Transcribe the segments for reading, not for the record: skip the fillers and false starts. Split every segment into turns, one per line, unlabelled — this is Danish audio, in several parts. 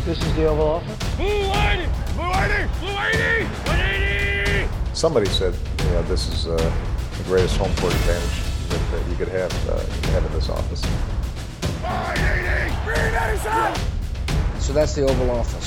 This is the Oval Office.
Blue 180!
Somebody said, this is the greatest home court advantage that you could have in this office.
180! Green 87!
So that's the Oval Office.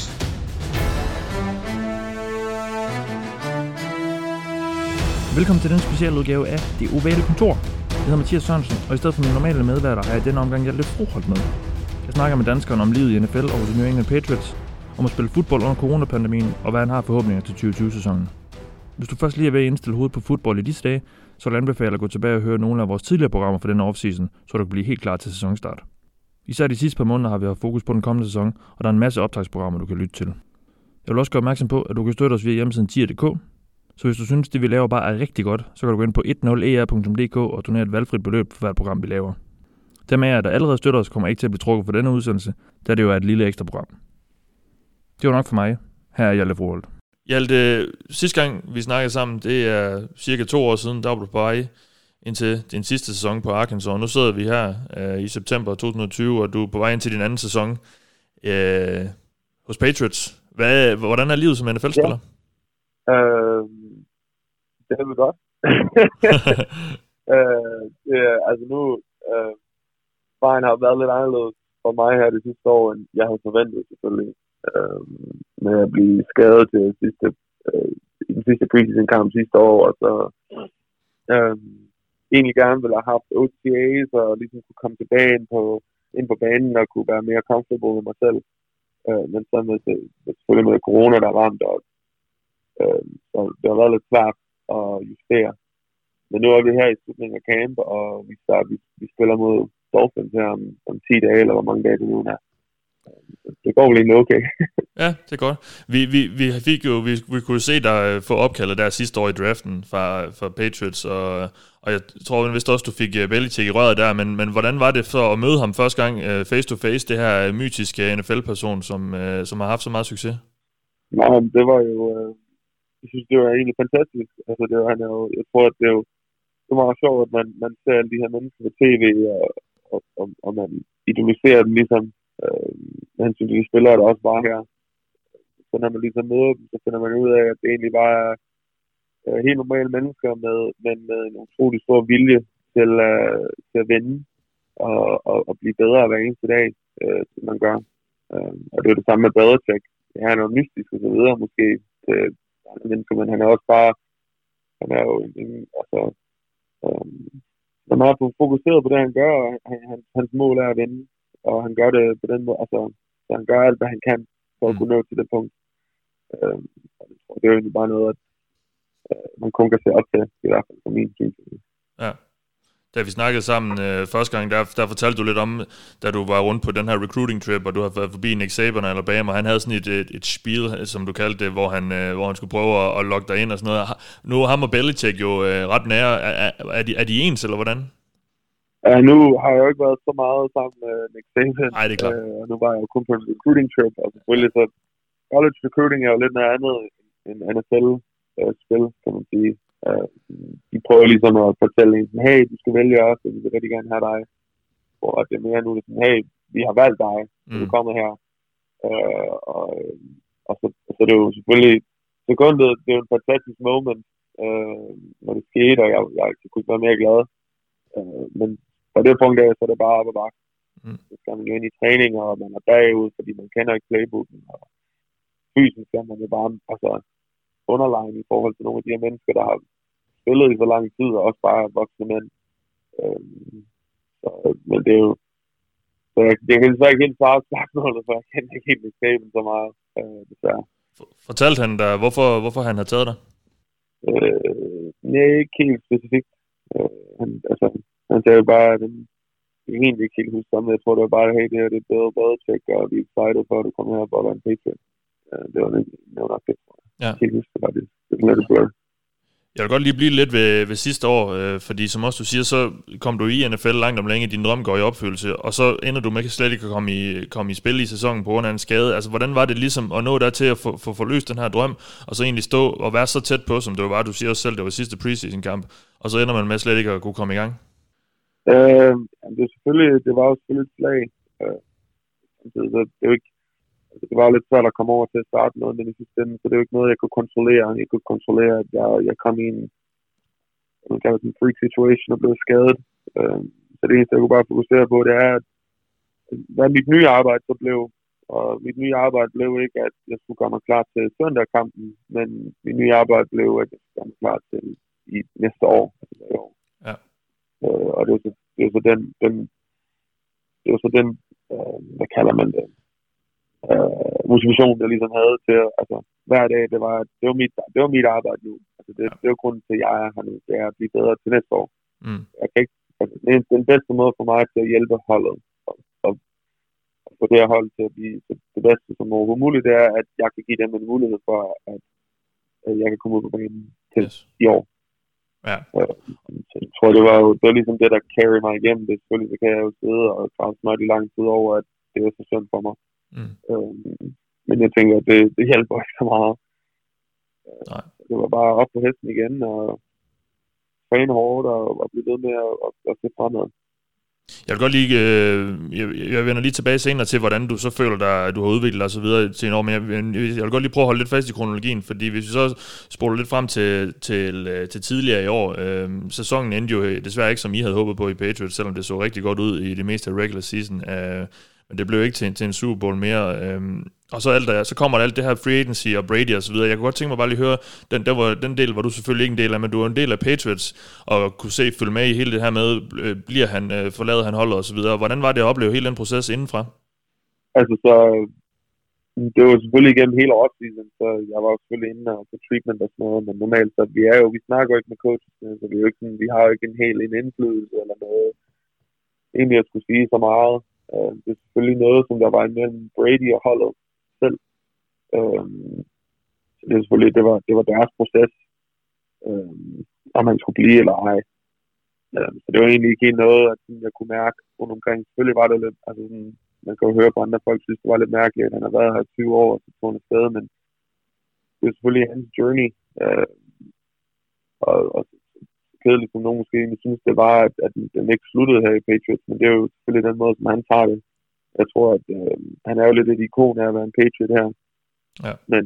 Velkommen til den specialudgave af Det Ovale Kontor. Jeg hedder Mathias Sørensen, og i stedet for mine normale medværter har jeg denne omgang Hjalte Froholt med. Jeg snakker med danskeren om livet i NFL og hos New England Patriots, om at spille fodbold under coronapandemien og hvad han har forhåbninger til 2020-sæsonen. Hvis du først lige er ved at indstille hovedet på fodbold i disse dage, så vil jeg anbefale at gå tilbage og høre nogle af vores tidligere programmer for denne offseason, så du kan blive helt klar til sæsonstart. Især de sidste par måneder har vi haft fokus på den kommende sæson, og der er en masse optagsprogrammer, du kan lytte til. Jeg vil også gøre opmærksom på, at du kan støtte os via hjemmesiden tier.dk, så hvis du synes, det vi laver bare er rigtig godt, så kan du gå ind på 10er.dk og donere et valgfrit beløb for hvert program, vi laver. Dem af jer, der allerede støtter os, kommer ikke til at blive trukket for denne udsendelse, da det jo er et lille ekstra program. Det var nok for mig. Her er Hjalte Froholt. Hjalte, sidste gang vi snakkede sammen, det er cirka 2 år siden, der var du på vej indtil din sidste sæson på Arkansas. Og nu sidder vi her i september 2020, og du er på vej ind til din anden sæson hos Patriots. Hvordan er livet som NFL-spiller?
Ja. Det er vel godt. Altså nu, vejen har været lidt anderledes for mig her det sidste år, end jeg havde forventet selvfølgelig. Med at blive skadet til den sidste preseason-kamp sidste år, og så egentlig gerne ville have haft OTAs, og ligesom kunne komme tilbage ind på banen, og kunne være mere comfortable med mig selv. Men så selvfølgelig med corona, der ramt, og så det har været lidt svært at justere. Men nu er vi her i slutningen af camp, og vi spiller mod Dolphins her om 10 dage, eller hvor mange dage det nu er. Det går vel egentlig okay.
Ja, det er godt. Vi kunne se dig få opkaldet der sidste år i draften fra Patriots, og jeg tror vist også, du fik Belichick i røret der, men hvordan var det så at møde ham første gang face to face, det her mytiske NFL-person, som har haft så meget succes?
Nej, det var jo... jeg synes, det var egentlig fantastisk. Altså, jeg tror, at det er meget sjovt, at man ser alle de her mennesker på tv, og man idoliserer dem ligesom. Han synes, de spillere, der også var her. Så når man ligesom møder dem, så finder man ud af, at det egentlig var helt normale mennesker med en utrolig stor vilje til at vinde og blive bedre hver eneste dag, som man gør. Og det er det samme med Belichick. Han er jo mystisk og så videre, måske til andre mennesker, men han er også bare, han er jo man er fokuseret på det, han gør, og hans mål er at vinde. Og han gør det på den måde, altså han gør alt, hvad han kan for at kunne nå til det punkt. Det er jo egentlig bare noget, at man kun kan se op til, i hvert fald for min syn.
Ja. Da vi snakkede sammen første gang, der fortalte du lidt om, da du var rundt på den her recruiting trip, og du havde været forbi Nick Saban og Alabama, og han havde sådan et spiel, som du kaldte det, hvor han skulle prøve at logge dig ind og sådan noget. Nu er ham og Belichick jo ret nære. Er de ens, eller hvordan?
Nu har jeg jo ikke været så meget sammen med Nick Saban.
Nej, det er klart.
Nu var jeg jo kun på en recruiting trip, og selvfølgelig så college recruiting er jo lidt noget andet end NFL-spil, kan man sige. De prøver ligesom at fortælle en, hey, du skal vælge os, og vi vil rigtig gerne have dig. Og det er mere nu, sådan, hey, vi har valgt dig, så du kommer her. Og så er det jo selvfølgelig sekundet, det er jo en fantastisk moment, når det skete, og jeg kunne ikke være mere glad. Men på det punkt så er det bare op og bakke. Så skal man jo ind i træning, og man er bagud, fordi man kender ikke playbooken. Og fysisk skal man jo bare underline i forhold til nogle af de her mennesker, der har spillet i så lang tid, og også bare voksne mænd. Men det er jo... Så jeg kan så ikke helt svare spørgsmålet, for jeg kender ikke helt med skaben så meget, desværre.
Fortalte han dig, hvorfor han har taget dig?
Nej, ikke helt specifikt. Han sagde jo bare, at jeg egentlig ikke helt huske sammen. Jeg tror, det var bare, hey, det her det er bedre Belichick, og vi er excited for, at du kommer her og bare være en Patriot. Det var nok det, tror jeg. Ja. Jeg kan ikke huske, det var det. Det er lidt blur.
Jeg vil godt lige blive lidt ved sidste år, fordi som også du siger, så kom du i NFL langt om længe, din drøm går i opfyldelse, og så ender du med slet ikke at komme i spil i sæsonen på grund af en skade. Altså, hvordan var det ligesom at nå der til at få forløst den her drøm, og så egentlig stå og være så tæt på, som det var, du siger også selv, det var sidste preseason-kamp, og så ender man med slet ikke at kunne komme i gang?
Det var jo selvfølgelig et slag. Det er jo ikke, det var lidt svært at komme over til at starte noget, men i sidste ende, så det er jo ikke noget, jeg kunne kontrollere. Jeg kunne kontrollere, at jeg kom i en freak situation og blev skadet. Så det eneste, jeg kunne bare fokusere på, det er, at hvad mit nye arbejde så blev. Og mit nye arbejde blev ikke, at jeg skulle gøre mig klar til søndagkampen, men mit nye arbejde blev, at jeg skulle gøre mig klar til i næste år. Altså i år.
Ja.
Og det var så den, hvad kalder man det, motivation, jeg ligesom havde til, altså hver dag, det var mit arbejde nu. Altså det var grunden til, at jeg er her nu, det er at blive bedre til næste år. Jeg kan ikke, altså, det er den bedste måde for mig til at hjælpe holdet, og få det her hold til at blive det bedste som overhovedet muligt, det er, at jeg kan give dem en mulighed for, at jeg kan komme ud på banen til i år.
Ja.
Så jeg tror, det var ligesom det, der carry mig igennem. Det selvfølgelig, så kan jeg jo sidde og grænse mig i lang tid over, at det er så synd for mig. Men jeg tænker, at det hjælper ikke så meget. Det var bare op på hesten igen, og træne hårdt, og blive ved med at se fremad.
Jeg vil godt lige, jeg vender lige tilbage senere til, hvordan du så føler dig, at du har udviklet dig og så videre til en år, men jeg vil godt lige prøve at holde lidt fast i kronologien, fordi hvis vi så spoler lidt frem til tidligere i år, sæsonen endte jo desværre ikke, som I havde håbet på i Patriots, selvom det så rigtig godt ud i det meste af regular season, men det blev ikke til en Super Bowl mere. Og så kommer der alt det her free agency og Brady og så videre. Jeg kunne godt tænke mig bare lige høre, den del var du selvfølgelig ikke en del af, men du er en del af Patriots, og kunne følge med i hele det her med, forlader han holdet og så videre. Hvordan var det at opleve hele den proces indenfra?
Altså så, det var selvfølgelig igennem hele offseason, så jeg var jo selvfølgelig inde og på treatment og sådan noget, men normalt så vi snakker jo ikke med coaches, så det er jo ikke sådan, vi har jo ikke en indflydelse eller noget, egentlig jeg skulle sige så meget. Det er selvfølgelig noget, som der var imellem Brady og holdet selv. Så det er selvfølgelig, det var deres proces, om han skulle blive eller ej. Så det var egentlig ikke noget, at jeg kunne mærke rundt omkring. Selvfølgelig var det lidt, altså sådan, man kan jo høre på andre folk, synes det var lidt mærkeligt, at han har været her i 20 år, og så tog han afsted, men det er selvfølgelig hans journey. Og kedeligt, som nogen måske synes, det var, at den ikke sluttede her i Patriots, men det er jo selvfølgelig den måde, som han tager det. Jeg tror, at han er jo lidt et ikon af at være en Patriot her.
Ja.
Men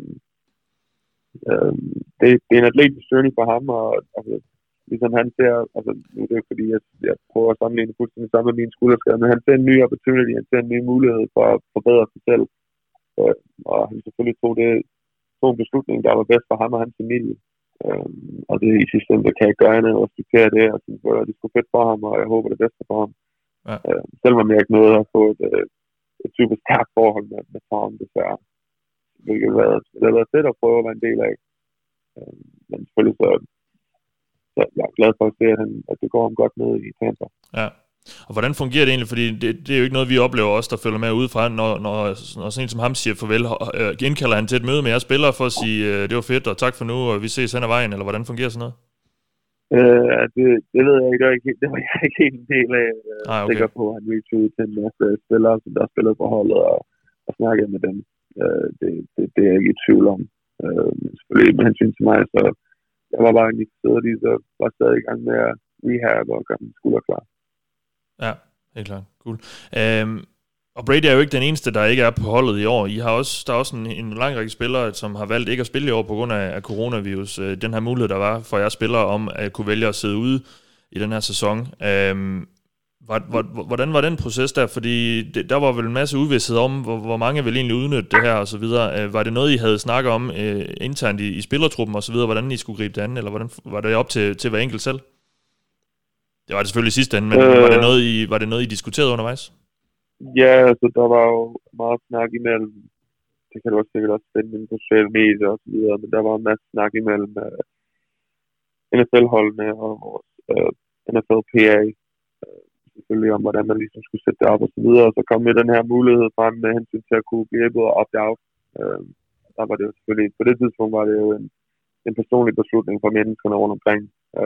det er en atletisk journey for ham, og altså, ligesom han ser, altså nu er det jo fordi, jeg prøver at sammenligne fuldstændig sammen med mine skulderskader, men han ser en ny opportunity, han ser en ny mulighed for at forbedre sig selv. Og han selvfølgelig tog en beslutning, der var bedst for ham og hans familie. Og det i sidste ende, kan jeg gøre andet og respektere det, og synes, at det er sgu fedt for ham, og jeg håber det bedste for ham.
Ja.
Selvom jeg ikke nåede at få et super stærkt forhold med Tom, desværre. Hvilket har været fedt at prøve at være en del af. Men selvfølgelig så jeg er glad for at se, at det går ham godt med i Tampa.
Ja. Og hvordan fungerer det egentlig? Fordi det er jo ikke noget, vi oplever os, der følger med udefra, når sådan en som ham siger farvel. Indkalder han til et møde med jeres spillere for at sige, det var fedt, og tak for nu, og vi ses hen ad vejen, eller hvordan fungerer sådan noget?
Det ved jeg ikke. Det var jeg ikke helt en del af. Jeg sikker på, at han reach ud til en masse spillere, som der spiller på holdet, og snakker med dem. Det er jeg ikke i tvivl om. Selvfølgelig med hensyn til mig, så jeg var bare interesseret i, så var stadig i gang med at rehab og gøre min skulder klar.
Ja, helt klart. Cool. Og Brady er jo ikke den eneste, der ikke er på holdet i år. Der er også en lang række spillere, som har valgt ikke at spille i år på grund af coronavirus. Den her mulighed, der var for jeres spillere om at kunne vælge at sidde ude i den her sæson. Hvordan var den proces der? Fordi der var vel en masse uvished om, hvor mange ville egentlig udnytte det her og så videre. Var det noget, I havde snakket om internt i spillertruppen og så videre, hvordan I skulle gribe det an, eller hvordan var det op til hver enkelt selv? Det var det selvfølgelig sidste ende, men var det noget, I diskuterede undervejs?
Ja, altså der var jo meget snak imellem, det kan du også sikkert også finde på sociale medier og så videre, men der var en masse snak imellem NFL-holdene og vores NFL-PA, selvfølgelig om, hvordan man ligesom skulle sætte det op og så videre, og så kom med den her mulighed frem med hensyn til at kunne blive able at opt-out. Der var det jo selvfølgelig, på det tidspunkt var det jo en personlig beslutning for menneskerne rundt omkring.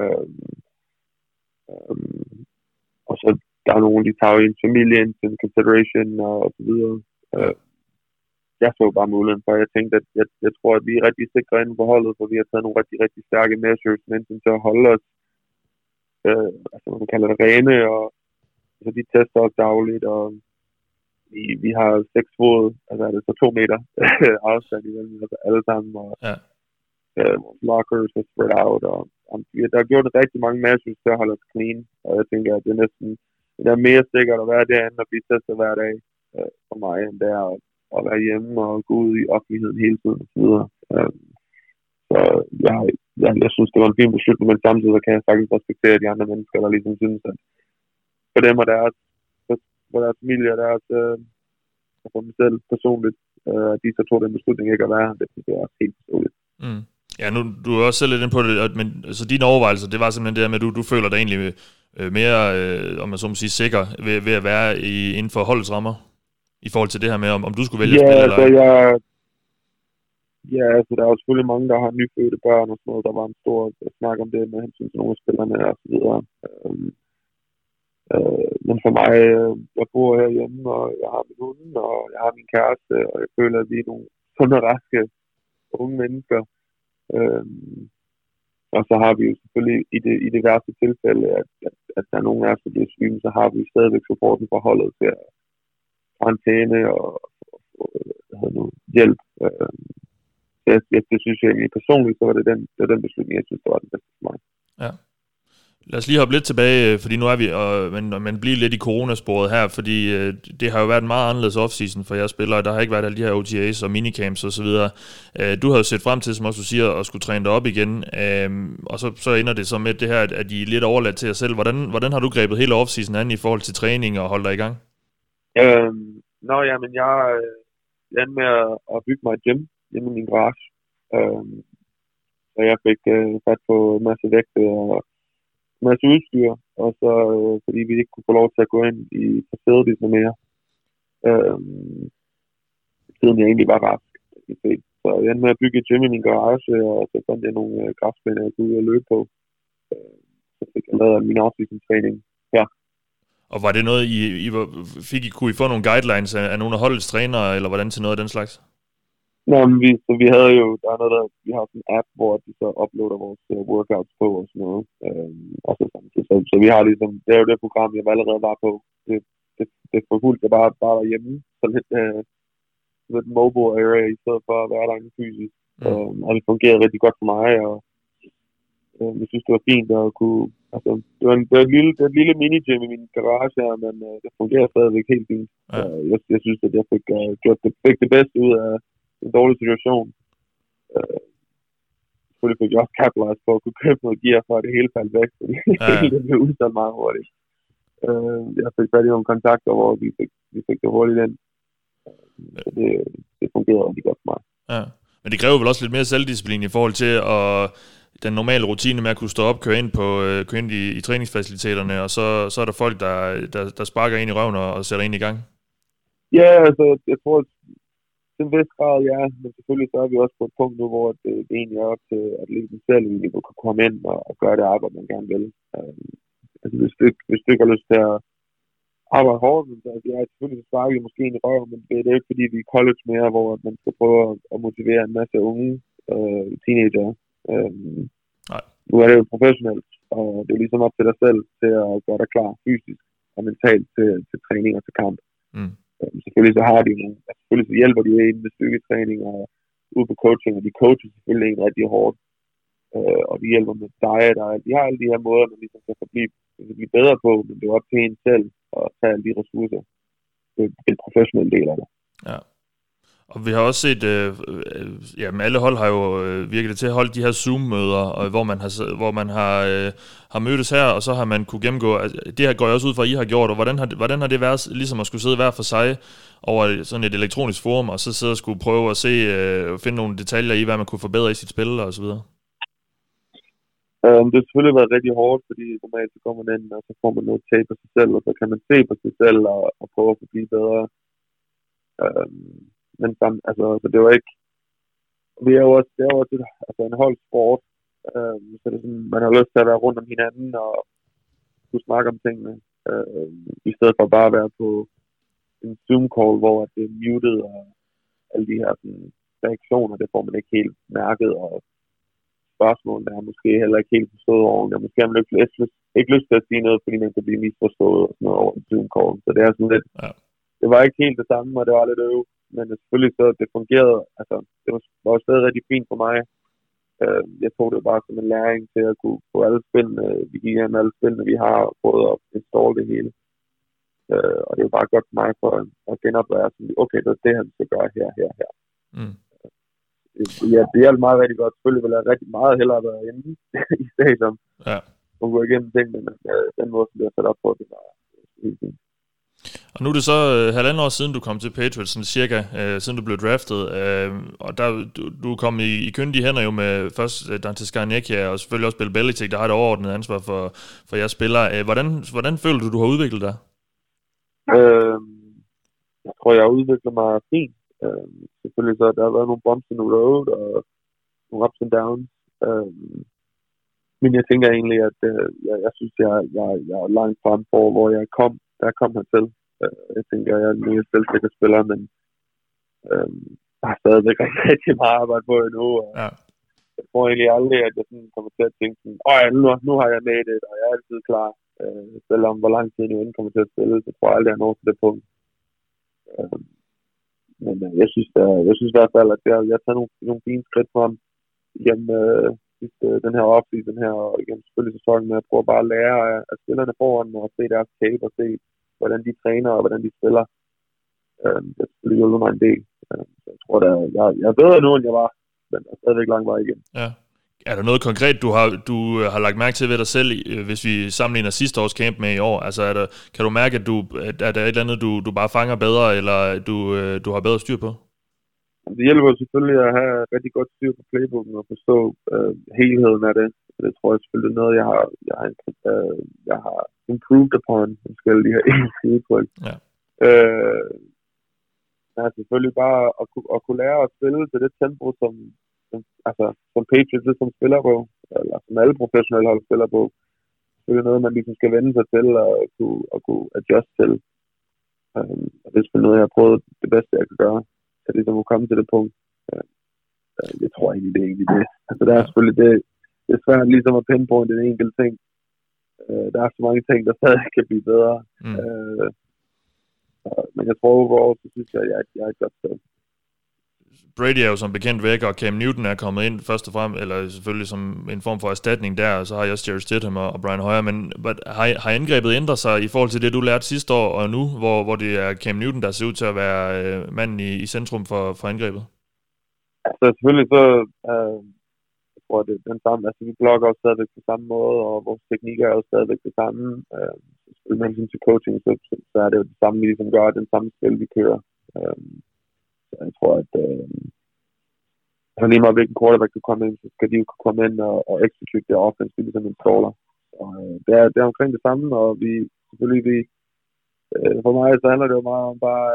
Og så der er nogen, de tager jo en familie ind til consideration og så videre. Jeg så bare muligheden for, jeg tænkte, at jeg tror, at vi er rigtig sikre inden for holdet, for vi har taget nogle rigtig, rigtig stærke measures med hensyn til at holde os, altså man kalder det rene, og altså, de tester os dagligt, og vi har 6 fod, altså det er så 2 meter afstand imellem altså alle sammen, og vores lockers er spread out, og der er gjort rigtig mange measures til at holde os clean, og jeg tænker, at det er næsten det er mere sikkert at være derinde og blive testet hver dag for mig, end det er at være hjemme og gå ud i offentligheden hele tiden og så videre. Så jeg synes, det var en fin beslutning, men samtidig kan jeg faktisk respektere de andre mennesker, der ligesom synes, at for dem og deres familie og deres for mig selv personligt, at de så tog den beslutning ikke at være her, det er også helt forståeligt.
Mm. Ja, nu du er også selv lidt inde på det, men så dine overvejelser, det var simpelthen det der med, at du føler dig egentlig mere, om man så må sige, sikker ved at være inden for holdets rammer, i forhold til det her med, om du skulle vælge at spille eller ej?
Ja, altså der er jo selvfølgelig mange, der har nyfødte børn og sådan noget. Der var en stor snak om det med hensyn til nogle af spillerne og så videre. Men for mig, jeg bor herhjemme, og jeg har min hunde, og jeg har min kæreste, og jeg føler, at vi er nogle sunde og raske unge mennesker. Og så har vi jo selvfølgelig i det værste tilfælde, at der er nogen af os, der bliver syge, så har vi stadigvæk supporten for holdet til at karantæne og hjælp. Det synes jeg egentlig personligt, så var det den beslutning, jeg synes, der var den bedste for mig.
Ja. Lad os lige hoppe lidt tilbage, fordi nu er vi, men bliver lidt i coronasporet her, fordi det har jo været en meget anderledes offseason for jeres spillere. Der har ikke været alle de her OTAs og minicamps og så videre. Du har jo set frem til, som også du siger, at skulle træne dig op igen, og så ender det så med det her, at I er lidt overladt til jer selv. Hvordan har du grebet hele offseason an i forhold til træning og holde dig i gang?
Men jeg endte med at bygge mig et gym hjemme i min garage. Så jeg fik fat på en masse vægte og en masse udstyr, og så fordi vi ikke kunne få lov til at gå ind i facilities mere, siden jeg egentlig var rask. Så jeg endte med at bygge et gym i min garage, og så fandt jeg nogle græsplæner, jeg kunne ud og løbe på. Så fik jeg lavet min off-season-træning her.
Og var det noget, kunne I få nogle guidelines af nogle af holdets trænere, eller hvordan til noget af den slags?
Nå, men vi havde jo, der er noget der, vi har sådan en app, hvor de så uploader vores workouts på og sådan noget. Så vi har ligesom, det er jo det program, jeg allerede var på. Det forfulgte jeg bare derhjemme, så lidt mobile area, i stedet for at være derinde fysisk. Og det fungerede rigtig godt for mig, og jeg synes, det var fint at kunne, altså, det var et lille mini-gym i min garage her, men det fungerer stadigvæk helt fint. Ja. Jeg synes, at jeg fik det bedste ud af en dårlig situation. Selvfølgelig fik jeg også capitalize på at kunne købe noget gear, for at det hele faldt væk, fordi det blev udsolgt meget hurtigt. Jeg fik fat i nogle kontakter, hvor vi fik det hurtigt ind. Så det fungerede rigtig godt for mig.
Ja. Men det kræver vel også lidt mere selvdisciplin i forhold til den normale rutine med at kunne stå op, køre ind i træningsfaciliteterne, og så er der folk, der sparker ind i røven og sætter ind i gang.
Ja, altså jeg tror, til en vis grad, ja, men selvfølgelig så er vi også på et punkt nu, hvor det egentlig er op til atleten selv, at vi kan komme ind og gøre det arbejde, man gerne vil. Altså hvis du ikke har lyst til at arbejde hårdt, så selvfølgelig sparker vi måske ind i røven, men det er ikke fordi, vi er college mere, hvor man skal prøve at motivere en masse unge teenager. Nu er det jo professionelt, og det er ligesom op til dig selv til at gøre dig klar fysisk og mentalt til træning og til kamp. Selvfølgelig så har de nogle, selvfølgelig så hjælper de ind med styrketræning og ude på coaching, og de coacher selvfølgelig en rigtig hårdt, og de hjælper med diet, og de har alle de her måder, man ligesom kan blive bedre på, men det er op til en selv at tage alle de ressourcer. Det er en professionel del af det.
Ja. Og vi har også set, alle hold har jo virket til at holde de her Zoom-møder, hvor man har mødtes her, og så har man kunne gennemgå, altså, det her går jeg også ud fra, at I har gjort, og hvordan har det været ligesom at skulle sidde hver for sig over sådan et elektronisk forum, og så sidde og skulle prøve at finde nogle detaljer i, hvad man kunne forbedre i sit spil, og så videre?
Det har selvfølgelig været rigtig hårdt, fordi normalt så kommer man ind, og så får man noget tape på sig selv, og så kan man se på sig selv og prøve at blive bedre. Men altså det var ikke, det er jo også en holdsport, så det er sådan, man har lyst til at være rundt om hinanden og kunne snakke om tingene, i stedet for bare at være på en Zoom-call, hvor det er muted, og alle de her sådan, reaktioner, det får man ikke helt mærket, og spørgsmålene er måske heller ikke helt forstået ordentligt, og måske har man ikke lyst til at sige noget, fordi man kan blive misforstået og sådan noget over en Zoom-call, så det er sådan lidt, det var ikke helt det samme, og det var lidt øve. Men selvfølgelig så det fungerede, altså det var jo stadig rigtig fint for mig. Jeg tog det bare som en læring til at kunne få alle spillene, vi gik igennem alle spillene, vi har prøvet at installe det hele. Og det er jo bare godt for mig for at genopvære, sådan, okay, det er det, han skal gøre her.
Mm.
Ja, det hjalp meget rigtig godt. Selvfølgelig ville jeg rigtig meget hellere være inde i stadion.
Ja.
Og gå igennem tingene, men den måde, som det er sat op på, det var helt fint.
Og nu er det så 1,5 år siden, du kom til Patriots, sådan cirka, siden du blev draftet. Og der, du kom i kyndige hænder jo med først Dante Scarnecchia, og selvfølgelig også Bill Belichick, der har et overordnet ansvar for jeres spillere. Hvordan føler du har udviklet dig?
Jeg tror, jeg har udviklet mig fint. Selvfølgelig så der har været nogle bumps in the road, og nogle ups and downs. Men jeg tænker egentlig, at jeg synes, jeg er langt frem på, hvor jeg kom hertil. Jeg tænker, jeg er en mere selvsikker spiller, men jeg har stadigvæk rigtig meget arbejde på endnu.
Ja.
Jeg tror egentlig aldrig, at jeg sådan kommer til at tænke sådan, nu har jeg made it, og jeg er altid klar. Selvom hvor lang tid jeg nu kommer til at spille, så tror jeg aldrig, at jeg når til det punkt. Men jeg synes i hvert fald, at jeg tager nogle fine skridt frem igennem den her offseason her, og igennem selvfølgelig sæsonen med at prøve bare at lære af spillerne foran, og se deres tape, og se, hvordan de træner, og hvordan de spiller. Det skulle hjælpe mig en del. Jeg tror, jeg er bedre nu, end jeg var, men jeg er stadigvæk lang vej igen.
Ja. Er der noget konkret, du har lagt mærke til ved dig selv, hvis vi sammenligner sidste års camp med i år? Altså, kan du mærke, at der er et eller andet, du bare fanger bedre, eller du har bedre styr på?
Det hjælper selvfølgelig at have rigtig godt styr på playbooken og forstå helheden af det. Det tror jeg selvfølgelig er noget, jeg har improved upon, skal jeg lige have engelsk udtryk.
Ja.
Selvfølgelig bare at kunne lære at spille til det tempo, som Patriots ligesom spiller på, eller som alle professionelle hold spiller på. Det er noget, man ligesom skal vende sig til og kunne adjust til. Og det er selvfølgelig noget, jeg har prøvet det bedste, jeg kan gøre, så ligesom at komme til det punkt. Jeg tror egentlig, det er egentlig det. Altså, der er selvfølgelig det er svært ligesom at pinpointe en enkelt ting. Der er så mange ting, der stadig kan blive bedre. Men jeg tror overall, så synes jeg, at jeg er et godt sted.
Brady er jo som bekendt væk, og Cam Newton er kommet ind først og fremmest, eller selvfølgelig som en form for erstatning der, og så har jeg også Jerry Stidham og Brian Hoyer, men har angrebet ændret sig i forhold til det, du lærte sidste år og nu, hvor det er Cam Newton, der ser ud til at være manden i centrum for angrebet? Altså
selvfølgelig så, jeg tror det er den samme, altså vi blokker også stadigvæk på samme måde, og vores teknik er jo stadigvæk det samme. Med hensyn til coaching, så er det jo det samme, vi ligesom gør, den samme spil, vi kører. Jeg tror, at lige meget hvilken quarterback du kommer ind, så skal de jo kunne komme ind og execute det offense, ligesom en staller. Det er omkring det samme, og vi selvfølgelig, for mig så handler det jo meget om bare,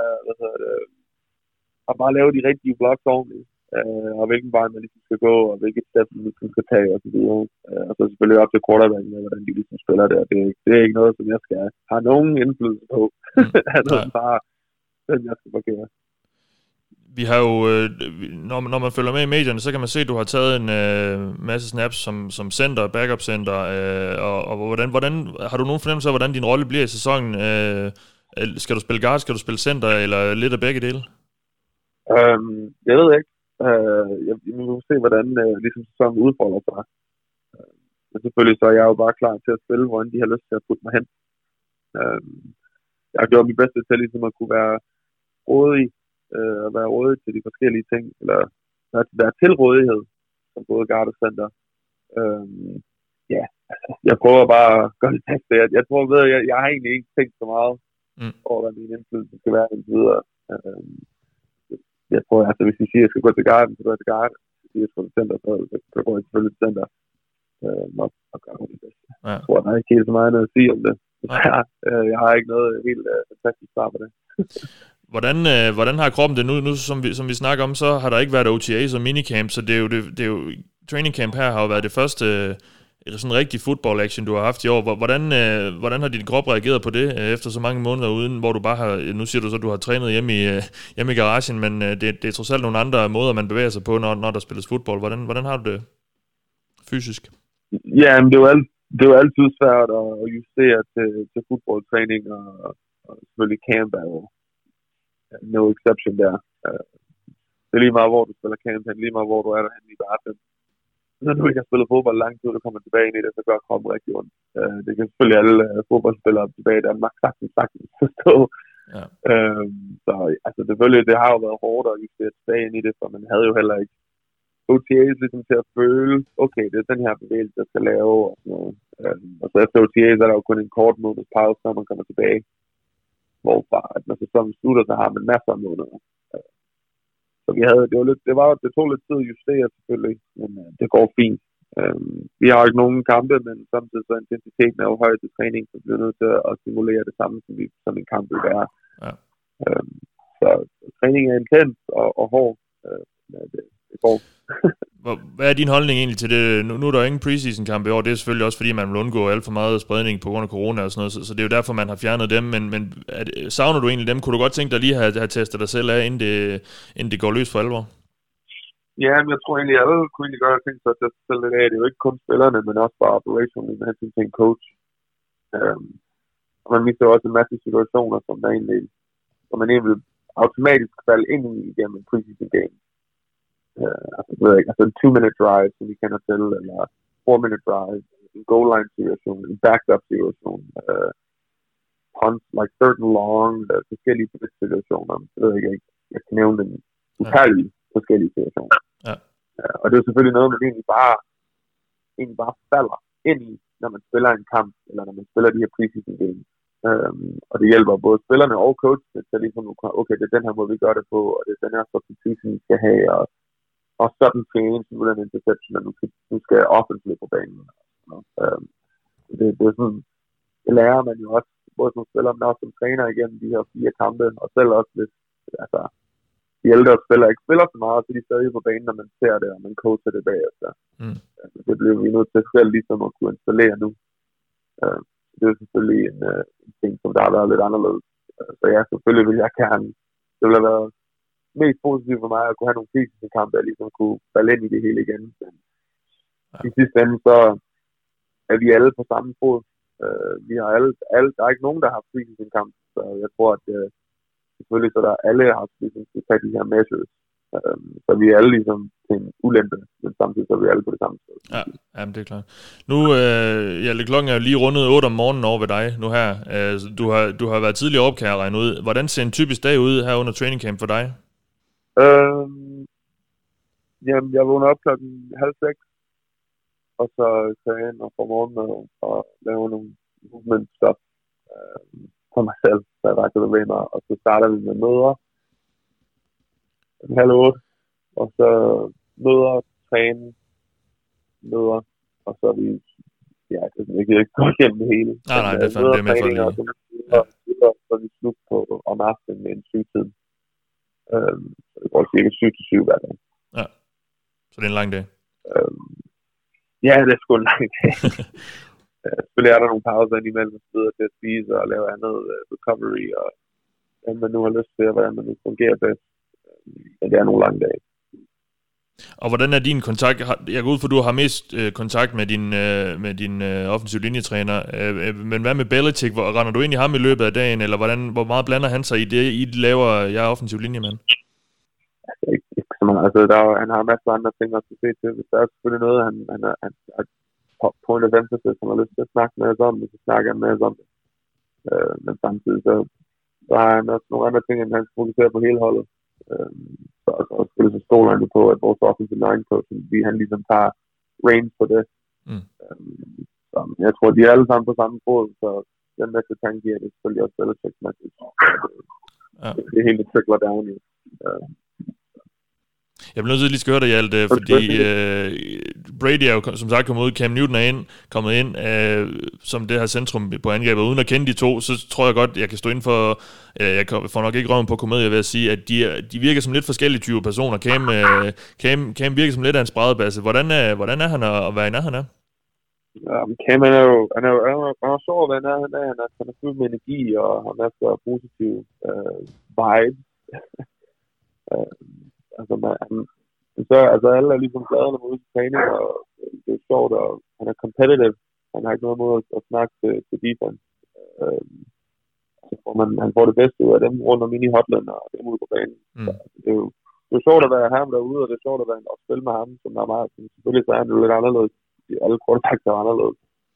at bare lave de rigtige blocks ordentligt, og hvilken vej man ligesom skal gå, og hvilket step man ligesom skal tage, og så videre. Og så selvfølgelig op til quarterbacken, hvordan de ligesom spiller det, og det er ikke noget, som jeg skal have nogen indflydelse på. Det er bare den, jeg skal markere.
Vi har jo, når man følger med i medierne, så kan man se, at du har taget en masse snaps som center, backup center, og hvordan har du nogen fornemmelse af, hvordan din rolle bliver i sæsonen? Skal du spille guard, skal du spille center, eller lidt af begge dele?
Jeg ved ikke. Jeg må se, hvordan ligesom sæsonen udfolder sig. Men selvfølgelig så er jeg jo bare klar til at spille, hvordan de har lyst til at putte mig hen. Jeg har gjort mit bedste til ligesom at kunne være rådig, at være rådig til de forskellige ting, eller være til rådighed, som både guard og center. Jeg prøver bare at gøre det bedste. Jeg tror, jeg har egentlig ikke tænkt så meget over, hvad min indflydelse skal være indtil videre. Jeg tror, altså hvis de siger, at jeg skal gå til guarden, så går jeg til guarden. Hvis de siger, at jeg skal gå til center, så går jeg selvfølgelig til center. Og gøre det bedste. Ja. Jeg tror, der er ikke helt så meget noget at sige om det. Jeg har ikke noget helt fantastisk svar på det.
Hvordan har kroppen det nu som vi snakker om, så har der ikke været OTA's og minicamp, så det er jo training camp her har jo været det første sådan rigtig football action, du har haft i år. Hvordan har din krop reageret på det efter så mange måneder uden, hvor du bare har, nu siger du så, at du har trænet hjemme i garagen, men det er trods alt nogle andre måder, man bevæger sig på, når der spilles fodbold. Hvordan har du det fysisk?
Ja, men det er jo altid svært at justere til fodboldtræning, og selvfølgelig camp er jo no exception der. Det er lige meget, hvor du spiller camp, lige meget, hvor du er derhenne i verden. Når du ikke har spillet fodbold lang tid, du kommer tilbage ind i det, så gør kroppen rigtig ondt. Det kan selvfølgelig alle fodboldspillere tilbage i Danmark sagtens forstå.
Ja.
Så altså selvfølgelig, det har jo været hårdt at justere tilbage ind i det, for man havde jo heller ikke OTA's ligesom til at føle, okay, det er den her bevægelse, jeg skal lave, og sådan noget. Og så efter OTA's er der jo kun en kort måneds pause, når man kommer tilbage. Hvorfra, at når sæsonen slutter, så har man masser af måneder. Så vi havde, det tog lidt tid at justere selvfølgelig, men det går fint. Vi har ikke nogen kampe, men samtidig så intensiteten er jo høj til træning, så vi bliver nødt til at simulere det samme, som en kamp vil være.
Ja.
Så træning er intens og hård. Det går.
Hvad er din holdning egentlig til det? Nu er der ingen preseason-kamp i år, det er selvfølgelig også fordi, man vil undgå alt for meget spredning på grund af corona og sådan noget, så det er jo derfor, man har fjernet dem, men savner du egentlig dem? Kunne du godt tænke dig lige at have testet dig selv af, inden det går løs for alvor?
Ja, men jeg tror egentlig, at alle kunne egentlig gøre ting så at teste selv lidt af. Det er jo ikke kun spillerne, men også bare operationen med hensyn til en coach. Og man mister også en masse situationer, som man egentlig automatisk falde ind i igennem en preseason game. Altså en 2-minute drive, som vi kender til, eller 4-minute drive, en goal line situation, en backed-up situation, punts, like third and long, forskellige situationer. Jeg ved ikke, jeg kan nævne en utallig forskellige situationer.
Ja.
Og det er selvfølgelig noget, man egentlig bare falder ind i, når man spiller en kamp, eller når man spiller de her preseason games. Og det hjælper både spillerne og coachene til ligesom, okay, det er den her måde, vi gør det på, og det er den her substitution, vi skal have, og sådan change med den interception, at nu skal offensivt på banen. Det er sådan, det lærer man jo også, både som spiller, men også som træner igennem de her 4 kampe, og selv også hvis, altså, de ældre spillere ikke spiller så meget, så de er stadig på banen, når man ser det, og man coacher det bagefter. Det bliver vi nødt til selv ligesom at kunne installere nu. Det er selvfølgelig en ting, som der har været lidt anderledes. Så ja, selvfølgelig vil jeg gerne, det ville have været mest positivt for mig at kunne have nogle fysiske kampe, at ligesom kunne falde ind i det hele igen. Men i sidste ende, så er vi alle på samme fod. Vi har alle, der er ikke nogen, der har fysisk en kamp, så jeg tror, at selvfølgelig så der alle har ligesom skulle tage de her measures. Så vi er alle ligesom til en ulempe, men samtidig så er vi alle på det samme sted.
Ja, jamen det er klart. Nu, klokken er jo lige rundet 8 om morgenen over ved dig nu her. Du har været tidligere op, kan jeg regne ud. Hvordan ser en typisk dag ud her under training camp for dig?
Jamen, jeg vågner op 5:30, og så træner og får morgenmad og laver nogle movement stuff for mig selv, så jeg rækker det ved mig, og så starter vi med møder 7:30, og så møder, træne, møder, og så er vi, ja, jeg kan ikke gå igennem det hele.
Nej, det er fandme det med for lige.
Og så er vi slut på om aftenen med en sygetid. Så det går cirka 7-7 hver dag.
Ja, så det er en lang dag.
Ja, det er sgu en lang dag. Selvfølgelig er der nogle pauser indimellem, og sidder til at spise og lave andet recovery, og hvordan man nu har lyst til, og hvordan man nu fungerer bedst. Men det er nogle lange dage.
Og hvordan er din kontakt? Jeg går ud for, at du har mest kontakt med din offensiv linjetræner, men hvad med Belichick? Render du ind i ham i løbet af dagen, eller hvor meget blander han sig i det, I laver, jeg er offensiv linjemand?
Ikke så meget. Altså, han har masser af andre ting at se til. Hvis der er selvfølgelig noget, han er point of emphasis, som har lyst til at snakke med os om, så snakker han med os om det. Men samtidig så har han også nogle andre ting, end han fokuserer på hele holdet. Og selvfølgelig så stoler han på, at vores offensive line coach, han ligesom tager range på det. Så jeg tror, de er alle sammen på samme fod, så den der kan giver det selvfølgelig også Belichick message. Det hele trickler down i.
Jeg bliver nødt til at lige skal høre dig, Hjalte, fordi Brady er jo som sagt Cam Newton er kommet ind som det her centrum på angrebet. Uden at kende de to, så tror jeg godt, jeg kan stå inden for, jeg får nok ikke røven på komedie ved at sige, at de virker som lidt forskellige typer personer. Cam virker som lidt af en spredebasse. Hvordan er han at være i nærheden af?
Cam han er sjov at være i nærheden af. Han er fyldt med energi og har masser af positive vibes. Altså alle er ligesom glade, når man er ude til træning, og det er sjovt, og han er competitive. Han har ikke noget mod at snakke til defense. hvor man får det bedste ud af dem rundt om inde i hotline og dem ude på banen. Så det er jo sjovt at være ham derude, og det er sjovt at være og spille med ham, som er meget. Selvfølgelig så er han jo lidt anderledes. Alle quarterbacks er anderledes.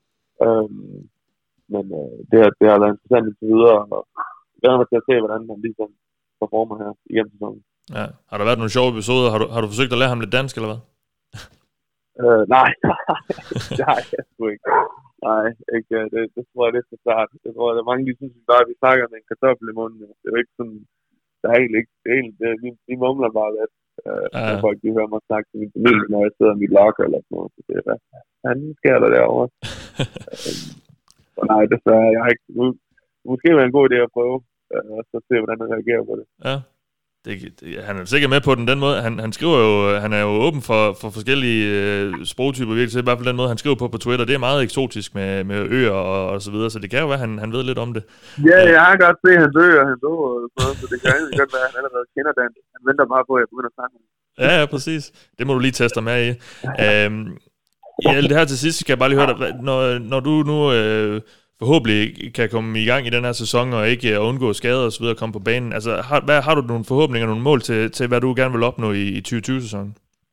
Men det har været interessant indtil videre, og jeg glæder mig til at se, hvordan han ligesom performer her igennem sæsonen.
Ja. Har der været nogle sjove episoder? Har du forsøgt at lære ham lidt dansk, eller hvad?
Nej, det har jeg sgu ikke. Nej, ikke. Det tror jeg, det er så klart. Jeg tror, at mange de synes bare, at vi snakker med en kartoffel i munden. Det er jo ikke sådan, der er egentlig ikke, vi mumler bare lidt. Når folk de hører mig snakke til min familie, når jeg sidder i mit locker eller sådan noget. Så det er, hvad fanden sker der derovre? Så nej, desværre, jeg har ikke, måske var en god idé at prøve, og så se, hvordan han reagerer på det.
Ja. Han er sikkert med på den måde. Han skriver jo, han er jo åben for forskellige sprogtyper virkelig, i hvert fald den måde, han skriver på Twitter. Det er meget eksotisk med øer og så videre, så det kan jo være, han ved lidt om det.
Ja, jeg har godt set hans øer og hans ord, så det kan egentlig godt være, at han allerede kender den. Han venter meget på, at jeg begynder at snakke.
Ja, præcis. Det må du lige teste med i. I alt det her til sidst skal jeg bare lige høre dig, når du nu forhåbentlig kan komme i gang i den her sæson og ikke undgå skader og så videre og komme på banen. Altså, har du nogle forhåbninger, nogle mål til hvad du gerne vil opnå i 2020-sæsonen?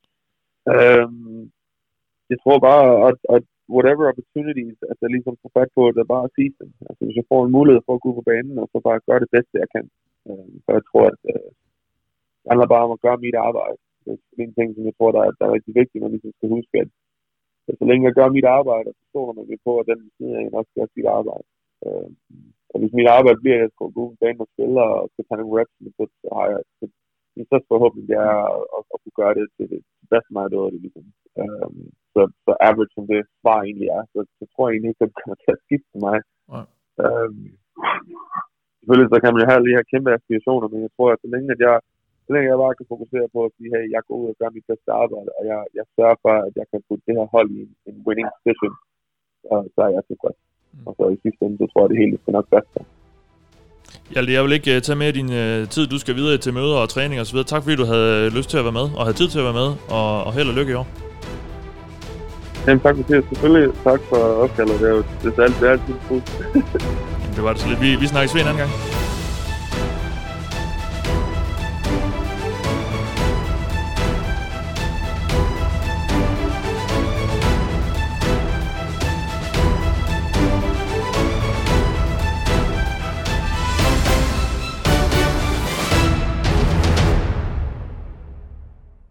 Jeg tror bare, at whatever opportunities, at jeg ligesom får fat på, det er bare season. Altså, hvis jeg får en mulighed for at gå på banen, og så bare gøre det bedste, jeg kan. For jeg tror, at det handler bare om at gøre mit arbejde. Det er en ting, som jeg tror, der er rigtig vigtigt, man ligesom skal huske, at så længe jeg gør mit arbejde, så stoler man på, at den side af en også gør sit arbejde. Og hvis mit arbejde bliver, at jeg skal gå på banen og spille, og skal tage nogle reps, så har jeg min største forhåbning, det er at kunne gøre det til det bedste mig, det ligesom. Så average, som det svar egentlig er, så tror jeg egentlig ikke, at det kommer til at skifte for mig. Selvfølgelig så kan man jo have lige have kæmpe aspirationer, men jeg tror, at så længe jeg bare kan fokusere på at sige, hey, jeg går ud og gør mit bedste arbejde, og jeg sørger for, at jeg kan putte det her hold i en winning position, så er jeg tilfreds. Og så i sidste ende, så tror jeg, det hele skal nok bedst.
Hjalte, jeg vil ikke tage med din tid. Du skal videre til møder og træning og så videre. Tak fordi du havde lyst til at være med, og havde tid til at være med, og held og lykke i år.
Jamen tak for det. Selvfølgelig tak for opkaldet. Det er altid fuldt.
Det var det så lidt. Vi snakkes ved en anden gang.